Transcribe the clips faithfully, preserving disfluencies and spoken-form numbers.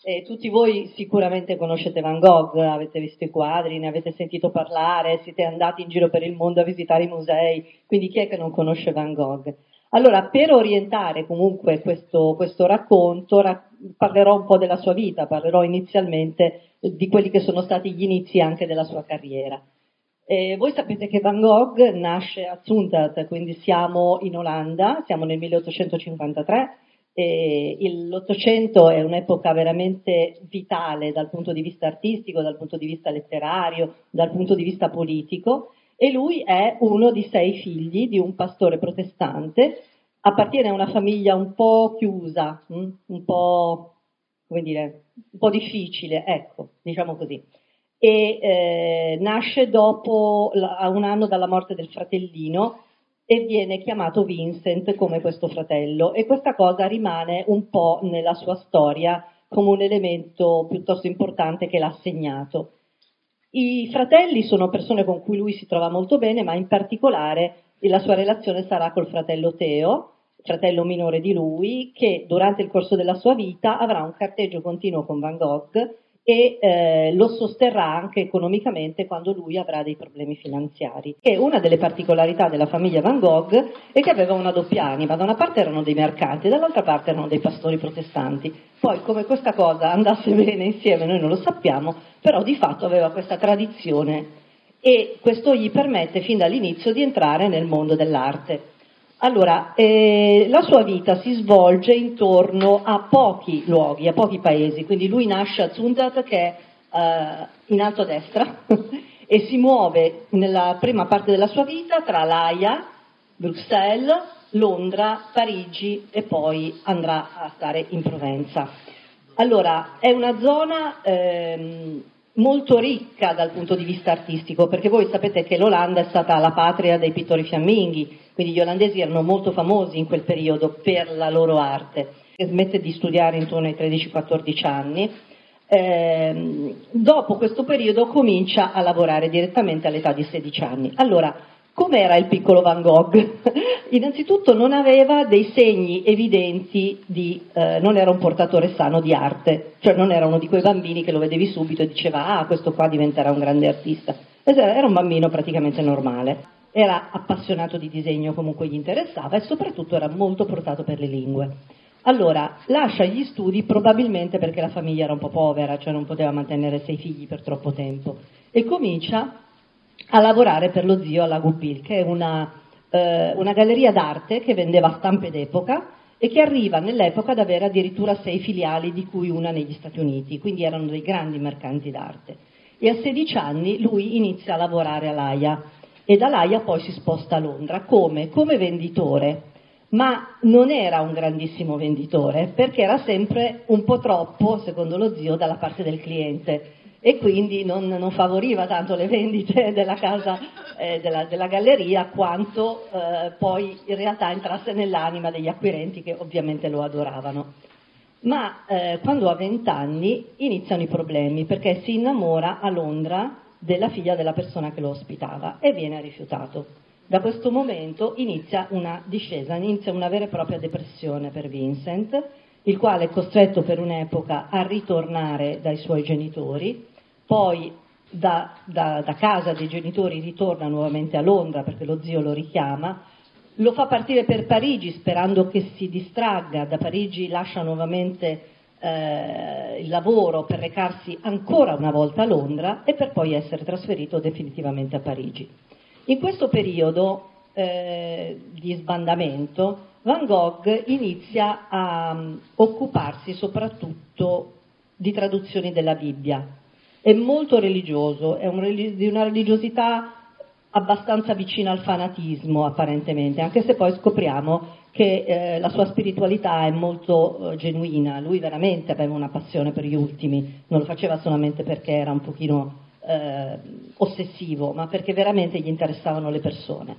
E tutti voi sicuramente conoscete Van Gogh, avete visto i quadri, ne avete sentito parlare, siete andati in giro per il mondo a visitare i musei, quindi chi è che non conosce Van Gogh? Allora, per orientare comunque questo, questo racconto, ra- parlerò un po' della sua vita, parlerò inizialmente di quelli che sono stati gli inizi anche della sua carriera. Eh, voi sapete che Van Gogh nasce a Zundert, quindi siamo in Olanda, siamo nel milleottocentocinquantatré. E l'Ottocento è un'epoca veramente vitale dal punto di vista artistico, dal punto di vista letterario, dal punto di vista politico, e lui è uno di sei figli di un pastore protestante, appartiene a una famiglia un po' chiusa, hm? un po', come dire, un po' difficile, ecco, diciamo così. E eh, nasce dopo a un anno dalla morte del fratellino e viene chiamato Vincent come questo fratello, e questa cosa rimane un po' nella sua storia come un elemento piuttosto importante che l'ha segnato. I fratelli sono persone con cui lui si trova molto bene, ma in particolare la sua relazione sarà col fratello Teo, fratello minore di lui, che durante il corso della sua vita avrà un carteggio continuo con Van Gogh e eh, lo sosterrà anche economicamente quando lui avrà dei problemi finanziari. E una delle particolarità della famiglia Van Gogh è che aveva una doppia anima: da una parte erano dei mercanti, dall'altra parte erano dei pastori protestanti. Poi come questa cosa andasse bene insieme noi non lo sappiamo, però di fatto aveva questa tradizione e questo gli permette fin dall'inizio di entrare nel mondo dell'arte. Allora, eh, la sua vita si svolge intorno a pochi luoghi, a pochi paesi, quindi lui nasce a Zundert, che è eh, in alto a destra, e si muove nella prima parte della sua vita tra l'Aia, Bruxelles, Londra, Parigi e poi andrà a stare in Provenza. Allora, è una zona ehm, molto ricca dal punto di vista artistico, perché voi sapete che l'Olanda è stata la patria dei pittori fiamminghi, quindi gli olandesi erano molto famosi in quel periodo per la loro arte. Smette di studiare intorno ai tredici quattordici anni. Eh, dopo questo periodo comincia a lavorare direttamente all'età di sedici anni. Allora, com'era il piccolo Van Gogh? Innanzitutto non aveva dei segni evidenti di, eh, non era un portatore sano di arte, cioè non era uno di quei bambini che lo vedevi subito e diceva ah, questo qua diventerà un grande artista. Era un bambino praticamente normale, era appassionato di disegno, comunque gli interessava, e soprattutto era molto portato per le lingue. Allora, lascia gli studi probabilmente perché la famiglia era un po' povera, cioè non poteva mantenere sei figli per troppo tempo, e comincia a lavorare per lo zio alla Goupil, che è una, eh, una galleria d'arte che vendeva stampe d'epoca e che arriva nell'epoca ad avere addirittura sei filiali, di cui una negli Stati Uniti, quindi erano dei grandi mercanti d'arte. E a sedici anni lui inizia a lavorare all'Aia e dall'Aia poi si sposta a Londra. Come? Come venditore. Ma non era un grandissimo venditore, perché era sempre un po' troppo, secondo lo zio, dalla parte del cliente, e quindi non, non favoriva tanto le vendite della casa, eh, della, della galleria, quanto eh, poi in realtà entrasse nell'anima degli acquirenti, che ovviamente lo adoravano. Ma eh, quando ha vent'anni iniziano i problemi, perché si innamora a Londra della figlia della persona che lo ospitava e viene rifiutato. Da questo momento inizia una discesa, inizia una vera e propria depressione per Vincent, il quale è costretto per un'epoca a ritornare dai suoi genitori, poi da, da, da casa dei genitori ritorna nuovamente a Londra perché lo zio lo richiama, lo fa partire per Parigi sperando che si distragga. Da Parigi lascia nuovamente eh, il lavoro per recarsi ancora una volta a Londra e per poi essere trasferito definitivamente a Parigi. In questo periodo eh, di sbandamento Van Gogh inizia a um, occuparsi soprattutto di traduzioni della Bibbia. È molto religioso, è un, di una religiosità abbastanza vicina al fanatismo apparentemente, anche se poi scopriamo che eh, la sua spiritualità è molto eh, genuina. Lui veramente aveva una passione per gli ultimi, non lo faceva solamente perché era un pochino eh, ossessivo, ma perché veramente gli interessavano le persone.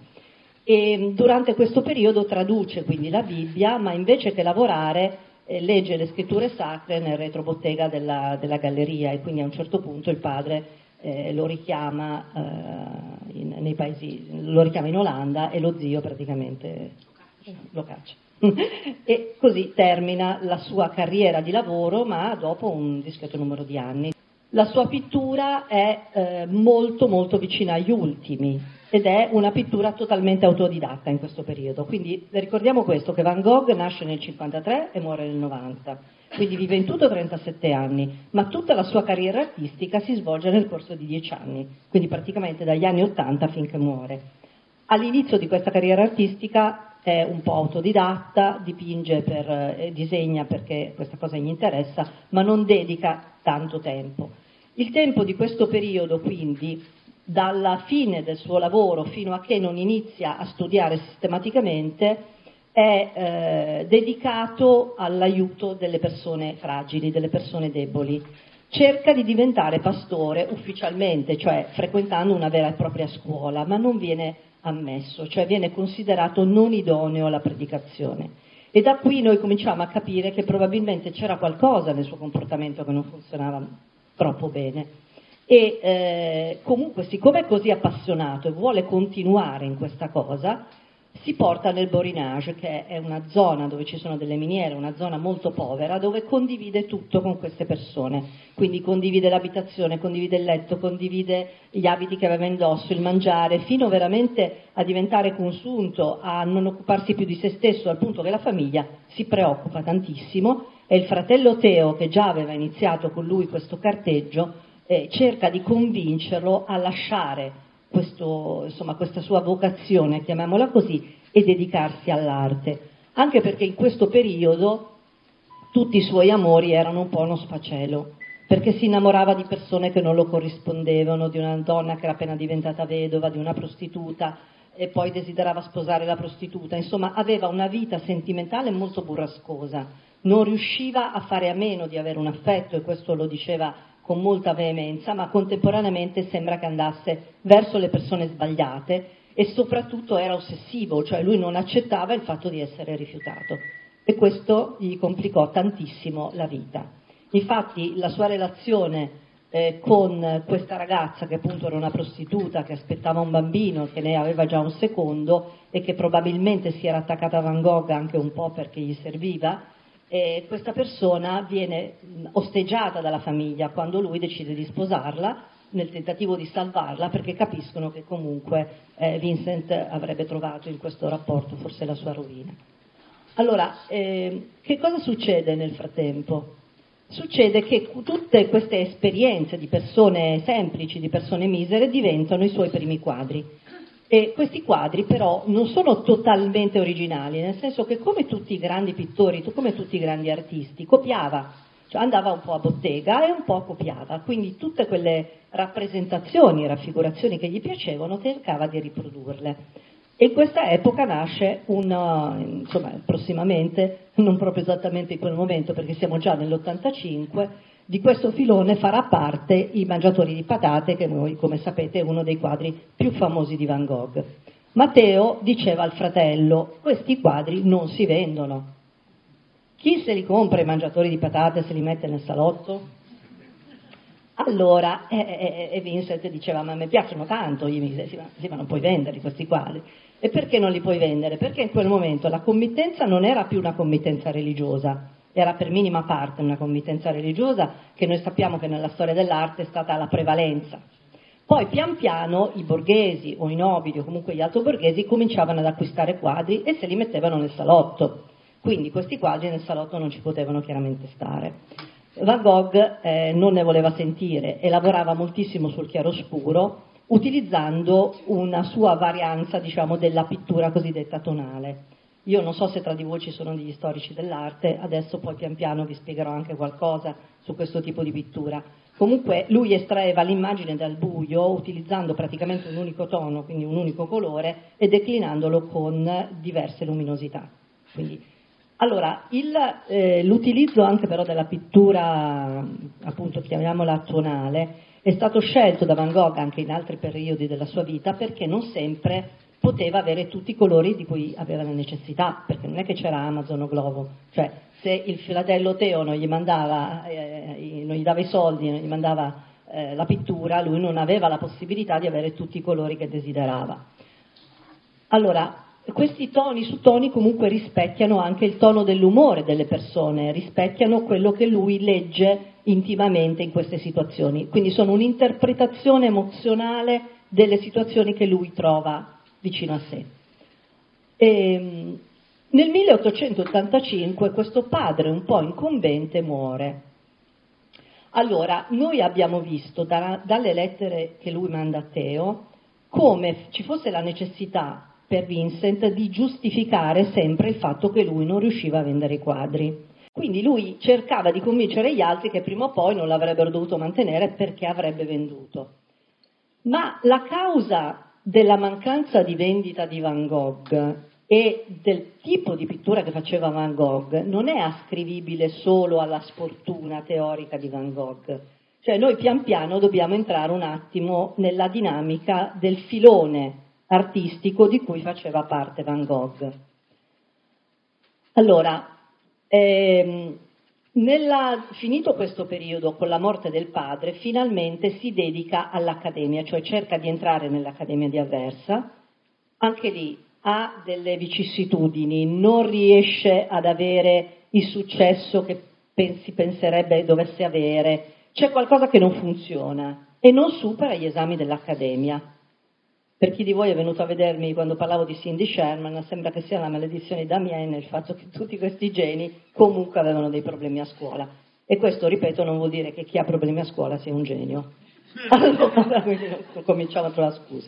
E durante questo periodo traduce quindi la Bibbia, ma invece che lavorare eh, legge le scritture sacre nel retrobottega della, della galleria, e quindi a un certo punto il padre eh, lo richiama eh, in, nei paesi, lo richiama in Olanda, e lo zio praticamente lo caccia. e così termina la sua carriera di lavoro, ma dopo un discreto numero di anni. La sua pittura è eh, molto molto vicina agli ultimi ed è una pittura totalmente autodidatta in questo periodo, quindi ricordiamo questo, che Van Gogh nasce nel cinquantatré e muore nel novanta, quindi vive in tutto trentasette anni, ma tutta la sua carriera artistica si svolge nel corso di dieci anni, quindi praticamente dagli anni ottanta finché muore. All'inizio di questa carriera artistica è un po' autodidatta, dipinge per, eh, disegna perché questa cosa gli interessa, ma non dedica tanto tempo. Il tempo di questo periodo, quindi, dalla fine del suo lavoro fino a che non inizia a studiare sistematicamente, è eh, dedicato all'aiuto delle persone fragili, delle persone deboli. Cerca di diventare pastore ufficialmente, cioè frequentando una vera e propria scuola, ma non viene ammesso, cioè viene considerato non idoneo alla predicazione. E da qui noi cominciamo a capire che probabilmente c'era qualcosa nel suo comportamento che non funzionava troppo bene. E eh, comunque, siccome è così appassionato e vuole continuare in questa cosa, si porta nel Borinage, che è una zona dove ci sono delle miniere, una zona molto povera, dove condivide tutto con queste persone. Quindi condivide l'abitazione, condivide il letto, condivide gli abiti che aveva indosso, il mangiare, fino veramente a diventare consunto, a non occuparsi più di se stesso, al punto che la famiglia si preoccupa tantissimo e il fratello Teo, che già aveva iniziato con lui questo carteggio, eh, cerca di convincerlo a lasciare questo, insomma, questa sua vocazione, chiamiamola così, e dedicarsi all'arte, anche perché in questo periodo tutti i suoi amori erano un po' uno sfacelo, perché si innamorava di persone che non lo corrispondevano, di una donna che era appena diventata vedova, di una prostituta, e poi desiderava sposare la prostituta, insomma aveva una vita sentimentale molto burrascosa, non riusciva a fare a meno di avere un affetto, e questo lo diceva con molta veemenza, ma contemporaneamente sembra che andasse verso le persone sbagliate e soprattutto era ossessivo, cioè lui non accettava il fatto di essere rifiutato e questo gli complicò tantissimo la vita. Infatti la sua relazione eh, con questa ragazza, che appunto era una prostituta, che aspettava un bambino, che ne aveva già un secondo e che probabilmente si era attaccata a Van Gogh anche un po' perché gli serviva, e questa persona viene osteggiata dalla famiglia quando lui decide di sposarla nel tentativo di salvarla, perché capiscono che comunque eh, Vincent avrebbe trovato in questo rapporto forse la sua rovina. Allora, eh, che cosa succede nel frattempo? Succede che tutte queste esperienze di persone semplici, di persone misere, diventano i suoi primi quadri. E questi quadri però non sono totalmente originali, nel senso che come tutti i grandi pittori, come tutti i grandi artisti, copiava, cioè andava un po' a bottega e un po' copiava, quindi tutte quelle rappresentazioni, raffigurazioni che gli piacevano cercava di riprodurle. E in questa epoca nasce una, insomma prossimamente, non proprio esattamente in quel momento perché siamo già nell'ottantacinque, di questo filone farà parte I Mangiatori di patate, che noi, come sapete, è uno dei quadri più famosi di Van Gogh. Matteo diceva al fratello: questi quadri non si vendono. Chi se li compra I Mangiatori di patate e se li mette nel salotto? Allora, e eh, eh, Vincent diceva: ma mi piacciono tanto. Io mi dicevo: sì, ma, sì, ma non puoi venderli questi quadri. E perché non li puoi vendere? Perché in quel momento la committenza non era più una committenza religiosa, era per minima parte una committenza religiosa, che noi sappiamo che nella storia dell'arte è stata la prevalenza. Poi pian piano i borghesi o i nobili o comunque gli altoborghesi cominciavano ad acquistare quadri e se li mettevano nel salotto, quindi questi quadri nel salotto non ci potevano chiaramente stare. Van Gogh eh, non ne voleva sentire e lavorava moltissimo sul chiaroscuro, utilizzando una sua varianza, diciamo, della pittura cosiddetta tonale. Io non so se tra di voi ci sono degli storici dell'arte, adesso poi pian piano vi spiegherò anche qualcosa su questo tipo di pittura. Comunque lui estraeva l'immagine dal buio utilizzando praticamente un unico tono, quindi un unico colore, e declinandolo con diverse luminosità. Quindi, allora, il, eh, l'utilizzo anche però della pittura, appunto chiamiamola tonale, è stato scelto da Van Gogh anche in altri periodi della sua vita perché non sempre poteva avere tutti i colori di cui aveva la necessità, perché non è che c'era Amazon o Glovo, cioè se il fratello Teo non gli mandava, eh, non gli dava i soldi, non gli mandava eh, la pittura, lui non aveva la possibilità di avere tutti i colori che desiderava. Allora, questi toni su toni comunque rispecchiano anche il tono dell'umore delle persone, rispecchiano quello che lui legge intimamente in queste situazioni, quindi sono un'interpretazione emozionale delle situazioni che lui trova vicino a sé. E, nel milleottocentottantacinque questo padre un po' incombente muore. Allora, noi abbiamo visto da, dalle lettere che lui manda a Theo come ci fosse la necessità per Vincent di giustificare sempre il fatto che lui non riusciva a vendere i quadri. Quindi lui cercava di convincere gli altri che prima o poi non l'avrebbero dovuto mantenere perché avrebbe venduto. Ma la causa della mancanza di vendita di Van Gogh e del tipo di pittura che faceva Van Gogh non è ascrivibile solo alla sfortuna teorica di Van Gogh. Cioè noi pian piano dobbiamo entrare un attimo nella dinamica del filone artistico di cui faceva parte Van Gogh. Allora, ehm, nella, finito questo periodo con la morte del padre, finalmente si dedica all'Accademia, cioè cerca di entrare nell'Accademia di Aversa. Anche lì ha delle vicissitudini, non riesce ad avere il successo che pensi, penserebbe dovesse avere, c'è qualcosa che non funziona e non supera gli esami dell'Accademia. Per chi di voi è venuto a vedermi quando parlavo di Cindy Sherman, sembra che sia la maledizione di Damien il fatto che tutti questi geni comunque avevano dei problemi a scuola. E questo, ripeto, non vuol dire che chi ha problemi a scuola sia un genio. Allora, cominciamo a trovare scuse.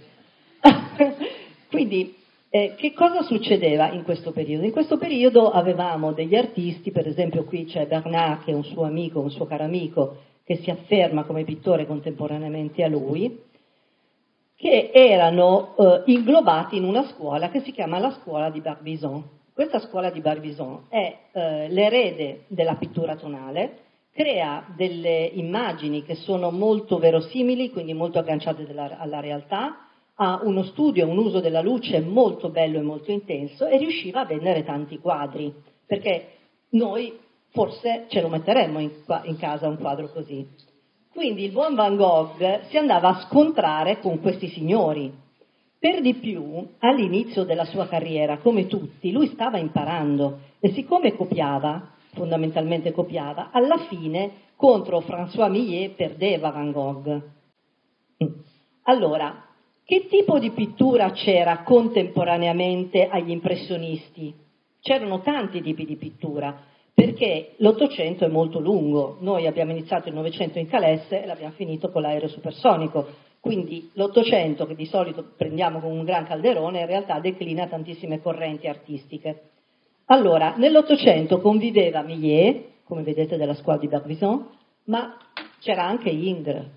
Quindi, eh, che cosa succedeva in questo periodo? In questo periodo avevamo degli artisti, per esempio qui c'è Bernat, che è un suo amico, un suo caro amico, che si afferma come pittore contemporaneamente a lui, che erano eh, inglobati in una scuola che si chiama la scuola di Barbizon. Questa scuola di Barbizon è eh, l'erede della pittura tonale, crea delle immagini che sono molto verosimili, quindi molto agganciate della, alla realtà, ha uno studio, un uso della luce molto bello e molto intenso e riusciva a vendere tanti quadri, perché noi forse ce lo metteremmo in, in casa un quadro così. Quindi il buon Van Gogh si andava a scontrare con questi signori. Per di più, all'inizio della sua carriera, come tutti, lui stava imparando e siccome copiava, fondamentalmente copiava, alla fine contro François Millet perdeva Van Gogh. Allora, che tipo di pittura c'era contemporaneamente agli impressionisti? C'erano tanti tipi di pittura, perché l'Ottocento è molto lungo. Noi abbiamo iniziato il Novecento in Calesse e l'abbiamo finito con l'aereo supersonico. Quindi l'Ottocento, che di solito prendiamo come un gran calderone, in realtà declina tantissime correnti artistiche. Allora, nell'Ottocento conviveva Millet, come vedete della scuola di Barbizon, ma c'era anche Ingres.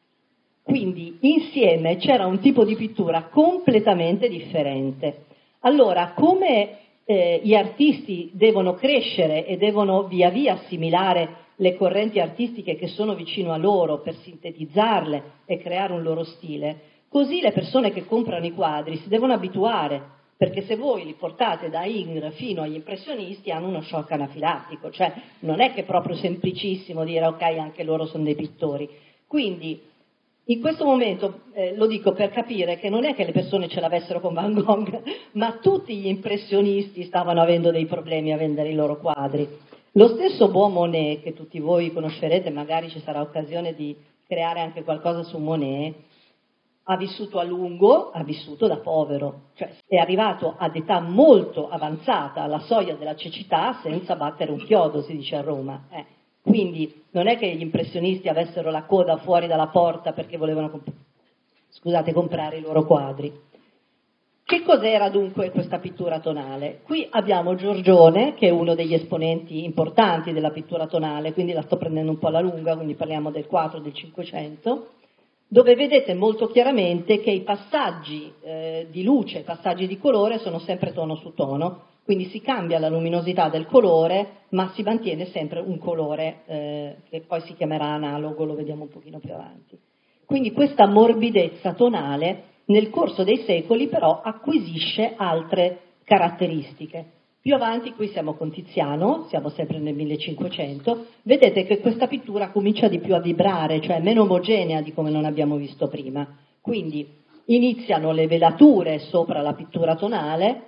Quindi insieme c'era un tipo di pittura completamente differente. Allora, come eh, gli artisti devono crescere e devono via via assimilare le correnti artistiche che sono vicino a loro per sintetizzarle e creare un loro stile, così le persone che comprano i quadri si devono abituare, perché se voi li portate da Ingres fino agli impressionisti hanno uno shock anafilattico, cioè non è che è proprio semplicissimo dire ok, anche loro sono dei pittori. Quindi in questo momento eh, lo dico per capire che non è che le persone ce l'avessero con Van Gogh, ma tutti gli impressionisti stavano avendo dei problemi a vendere i loro quadri. Lo stesso buon Monet, che tutti voi conoscerete, magari ci sarà occasione di creare anche qualcosa su Monet, ha vissuto a lungo, ha vissuto da povero, cioè è arrivato ad età molto avanzata, alla soglia della cecità, senza battere un chiodo, si dice a Roma. Eh. Quindi non è che gli impressionisti avessero la coda fuori dalla porta perché volevano comp- scusate, comprare i loro quadri. Che cos'era dunque questa pittura tonale? Qui abbiamo Giorgione, che è uno degli esponenti importanti della pittura tonale, quindi la sto prendendo un po' alla lunga, quindi parliamo del quattro, del cinquecento, dove vedete molto chiaramente che i passaggi eh, di luce, i passaggi di colore sono sempre tono su tono, quindi si cambia la luminosità del colore, ma si mantiene sempre un colore eh, che poi si chiamerà analogo, lo vediamo un pochino più avanti. Quindi questa morbidezza tonale nel corso dei secoli però acquisisce altre caratteristiche. Più avanti, qui siamo con Tiziano, siamo sempre nel millecinquecento, vedete che questa pittura comincia di più a vibrare, cioè meno omogenea di come non abbiamo visto prima. Quindi iniziano le velature sopra la pittura tonale,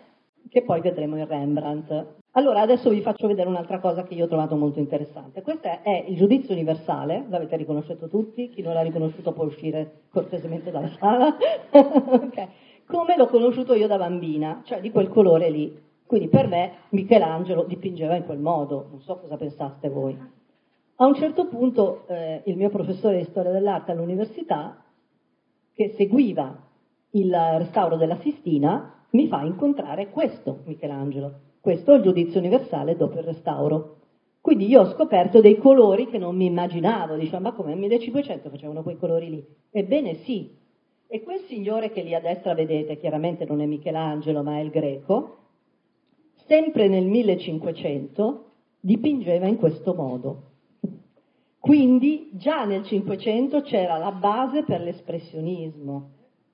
che poi vedremo in Rembrandt. Allora, adesso vi faccio vedere un'altra cosa che io ho trovato molto interessante. Questo è il giudizio universale, l'avete riconosciuto tutti, chi non l'ha riconosciuto può uscire cortesemente dalla sala. Okay. Come l'ho conosciuto io da bambina, cioè di quel colore lì. Quindi per me Michelangelo dipingeva in quel modo, non so cosa pensaste voi. A un certo punto eh, il mio professore di storia dell'arte all'università, che seguiva il restauro della Sistina, mi fa incontrare questo Michelangelo. Questo è il giudizio universale dopo il restauro. Quindi io ho scoperto dei colori che non mi immaginavo, dicevo, ma come nel millecinquecento facevano quei colori lì? Ebbene sì. E quel signore che lì a destra vedete, chiaramente non è Michelangelo ma è il Greco, sempre nel millecinquecento dipingeva in questo modo. Quindi già nel Cinquecento c'era la base per l'espressionismo.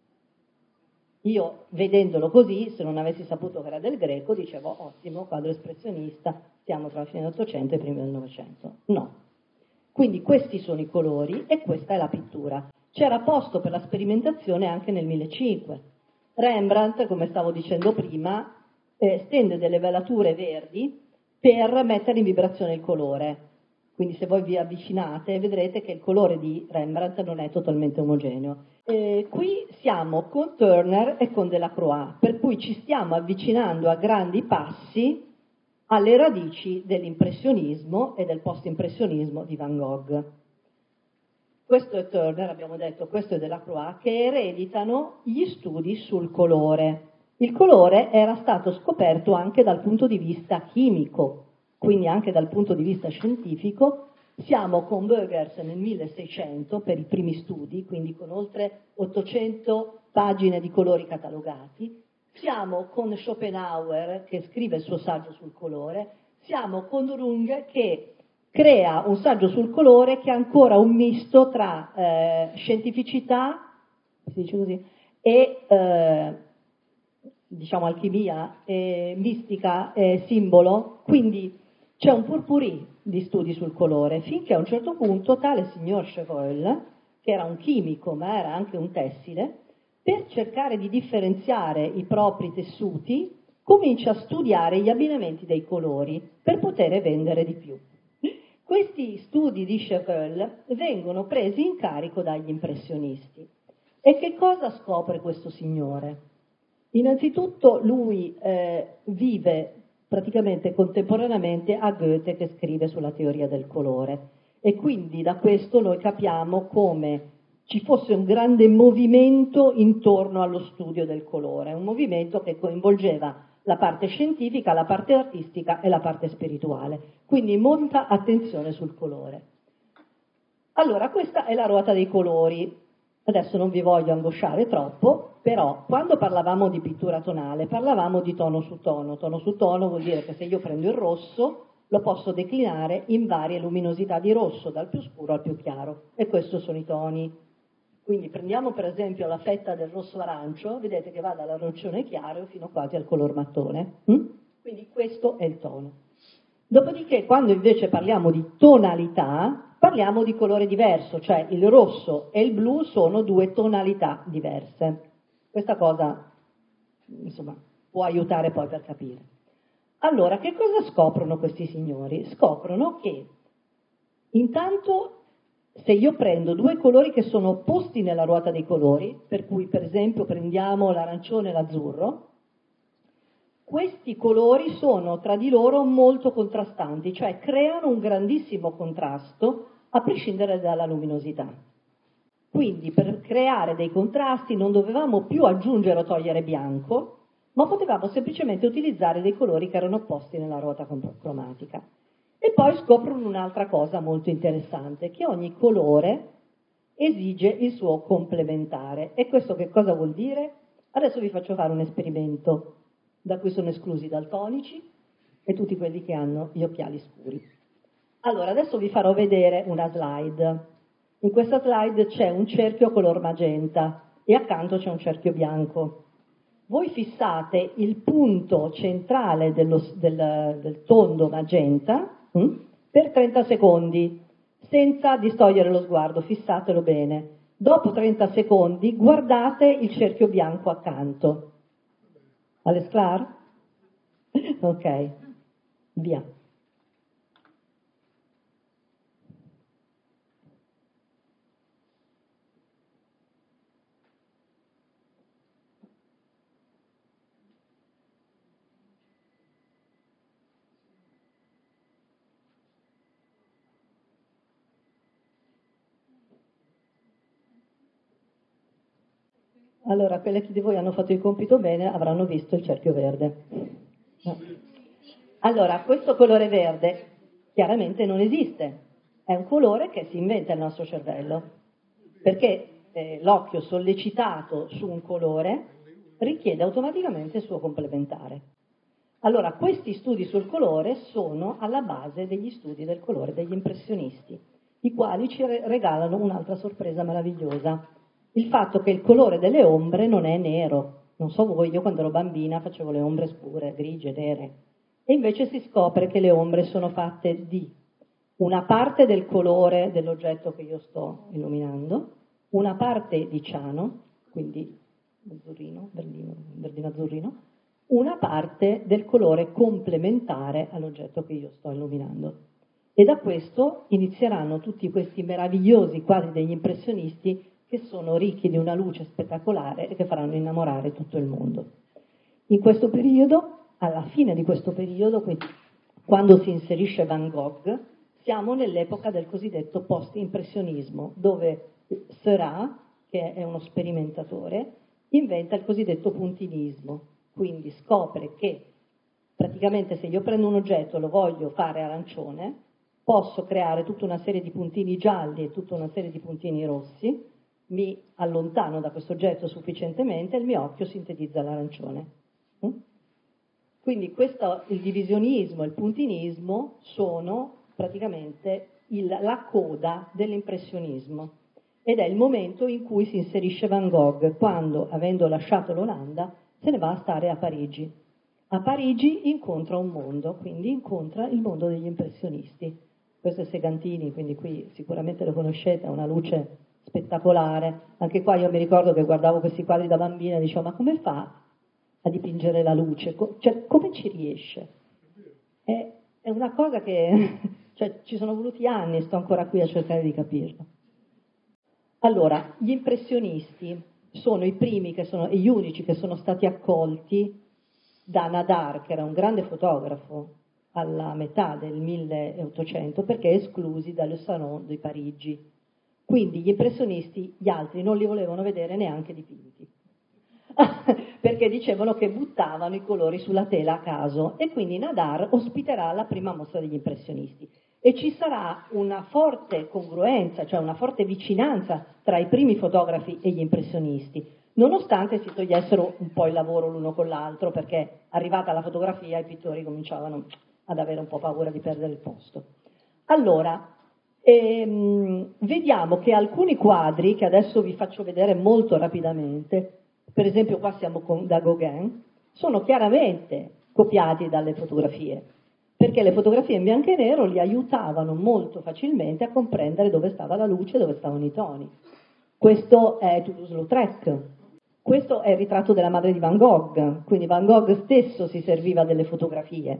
Io, vedendolo così, se non avessi saputo che era del Greco, dicevo, ottimo, quadro espressionista, siamo tra la fine dell'Ottocento e i primi del Novecento. No. Quindi questi sono i colori e questa è la pittura. C'era posto per la sperimentazione anche nel millecinquecento. Rembrandt, come stavo dicendo prima, eh, stende delle velature verdi per mettere in vibrazione il colore. Quindi se voi vi avvicinate vedrete che il colore di Rembrandt non è totalmente omogeneo. Eh, qui siamo con Turner e con Delacroix, per cui ci stiamo avvicinando a grandi passi alle radici dell'impressionismo e del post-impressionismo di Van Gogh. Questo è Turner, abbiamo detto, questo è Delacroix, che ereditano gli studi sul colore. Il colore era stato scoperto anche dal punto di vista chimico, quindi anche dal punto di vista scientifico. Siamo con Bögers nel milleseicento per i primi studi, quindi con oltre ottocento pagine di colori catalogati. Siamo con Schopenhauer che scrive il suo saggio sul colore. Siamo con Runge che crea un saggio sul colore che è ancora un misto tra eh, scientificità, si dice così, e eh, diciamo alchimia, e mistica, e simbolo. Quindi c'è un purpurì di studi sul colore, finché a un certo punto tale signor Chevreul, che era un chimico ma era anche un tessile, per cercare di differenziare i propri tessuti, comincia a studiare gli abbinamenti dei colori per poter vendere di più. Questi studi di Chevreul vengono presi in carico dagli impressionisti. E che cosa scopre questo signore? Innanzitutto lui eh, vive praticamente contemporaneamente a Goethe che scrive sulla teoria del colore e quindi da questo noi capiamo come ci fosse un grande movimento intorno allo studio del colore, un movimento che coinvolgeva la parte scientifica, la parte artistica e la parte spirituale, quindi molta attenzione sul colore. Allora, questa è la ruota dei colori. Adesso non vi voglio angosciare troppo, però quando parlavamo di pittura tonale parlavamo di tono su tono. Tono su tono vuol dire che se io prendo il rosso lo posso declinare in varie luminosità di rosso, dal più scuro al più chiaro, e questi sono i toni. Quindi prendiamo per esempio la fetta del rosso arancio, vedete che va dall'arancione chiaro fino quasi al color mattone. Mm? Quindi questo è il tono. Dopodiché, quando invece parliamo di tonalità, parliamo di colore diverso, cioè il rosso e il blu sono due tonalità diverse. Questa cosa, insomma, può aiutare poi per capire. Allora, che cosa scoprono questi signori? Scoprono che, intanto, se io prendo due colori che sono opposti nella ruota dei colori, per cui per esempio prendiamo l'arancione e l'azzurro, questi colori sono tra di loro molto contrastanti, cioè creano un grandissimo contrasto a prescindere dalla luminosità. Quindi per creare dei contrasti non dovevamo più aggiungere o togliere bianco, ma potevamo semplicemente utilizzare dei colori che erano opposti nella ruota cromatica. E poi scoprono un'altra cosa molto interessante, che ogni colore esige il suo complementare. E questo che cosa vuol dire? Adesso vi faccio fare un esperimento da cui sono esclusi i daltonici e tutti quelli che hanno gli occhiali scuri. Allora, adesso vi farò vedere una slide. In questa slide c'è un cerchio color magenta e accanto c'è un cerchio bianco. Voi fissate il punto centrale dello, del, del tondo magenta hm, per trenta secondi, senza distogliere lo sguardo, fissatelo bene. Dopo trenta secondi guardate il cerchio bianco accanto. Alles klar? Ok, via. Allora, quelle che di voi hanno fatto il compito bene avranno visto il cerchio verde. No. Allora, questo colore verde chiaramente non esiste, è un colore che si inventa il nostro cervello, perché eh, l'occhio sollecitato su un colore richiede automaticamente il suo complementare. Allora, questi studi sul colore sono alla base degli studi del colore degli impressionisti, i quali ci regalano un'altra sorpresa meravigliosa. Il fatto che il colore delle ombre non è nero. Non so voi, io quando ero bambina facevo le ombre scure, grigie, nere. E invece si scopre che le ombre sono fatte di una parte del colore dell'oggetto che io sto illuminando, una parte di ciano, quindi azzurrino, verdino, verdino azzurrino, una parte del colore complementare all'oggetto che io sto illuminando. E da questo inizieranno tutti questi meravigliosi quadri degli impressionisti che sono ricchi di una luce spettacolare e che faranno innamorare tutto il mondo. In questo periodo, alla fine di questo periodo, quindi quando si inserisce Van Gogh, siamo nell'epoca del cosiddetto post-impressionismo, dove Seurat, che è uno sperimentatore, inventa il cosiddetto puntinismo, quindi scopre che praticamente se io prendo un oggetto e lo voglio fare arancione, posso creare tutta una serie di puntini gialli e tutta una serie di puntini rossi, mi allontano da questo oggetto sufficientemente e il mio occhio sintetizza l'arancione. Mm? Quindi questo, il divisionismo e il puntinismo sono praticamente il, la coda dell'impressionismo ed è il momento in cui si inserisce Van Gogh, quando, avendo lasciato l'Olanda, se ne va a stare a Parigi. A Parigi incontra un mondo, quindi incontra il mondo degli impressionisti. Questo è Segantini, quindi qui sicuramente lo conoscete, ha una luce spettacolare. Anche qua io mi ricordo che guardavo questi quadri da bambina e dicevo, ma come fa a dipingere la luce? Cioè, come ci riesce? È, è una cosa che cioè, ci sono voluti anni e sto ancora qui a cercare di capirlo. Allora, gli impressionisti sono i primi che sono, e gli unici che sono stati accolti da Nadar, che era un grande fotografo alla metà del milleottocento, perché esclusi dallo Salon di Parigi. Quindi gli impressionisti, gli altri, non li volevano vedere neanche dipinti, perché dicevano che buttavano i colori sulla tela a caso, e quindi Nadar ospiterà la prima mostra degli impressionisti. E ci sarà una forte congruenza, cioè una forte vicinanza tra i primi fotografi e gli impressionisti, nonostante si togliessero un po' il lavoro l'uno con l'altro, perché arrivata la fotografia i pittori cominciavano ad avere un po' paura di perdere il posto. Allora, ehm, vediamo che alcuni quadri, che adesso vi faccio vedere molto rapidamente, per esempio qua siamo con, da Gauguin, sono chiaramente copiati dalle fotografie, perché le fotografie in bianco e nero li aiutavano molto facilmente a comprendere dove stava la luce e dove stavano i toni. Questo è Toulouse-Lautrec, questo è il ritratto della madre di Van Gogh, quindi Van Gogh stesso si serviva delle fotografie.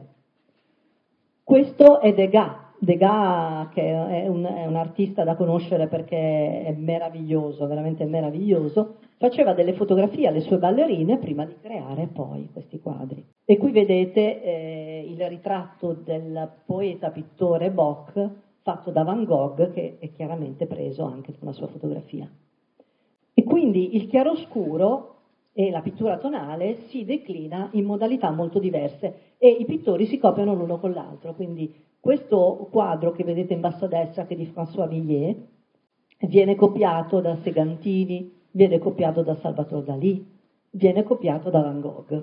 Questo è Degas, Degas che è un, è un artista da conoscere perché è meraviglioso, veramente meraviglioso, faceva delle fotografie alle sue ballerine prima di creare poi questi quadri. E qui vedete eh, il ritratto del poeta pittore Bock fatto da Van Gogh, che è chiaramente preso anche da una sua fotografia. E quindi il chiaroscuro e la pittura tonale si declina in modalità molto diverse e i pittori si copiano l'uno con l'altro. Quindi questo quadro che vedete in basso a destra, che è di François Villiers, viene copiato da Segantini, viene copiato da Salvatore Dalì, viene copiato da Van Gogh.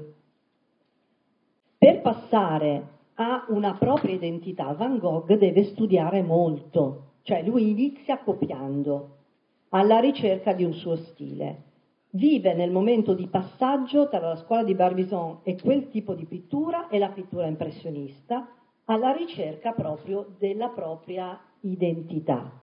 Per passare a una propria identità, Van Gogh deve studiare molto, cioè lui inizia copiando, alla ricerca di un suo stile. Vive nel momento di passaggio tra la scuola di Barbizon e quel tipo di pittura e la pittura impressionista, alla ricerca proprio della propria identità.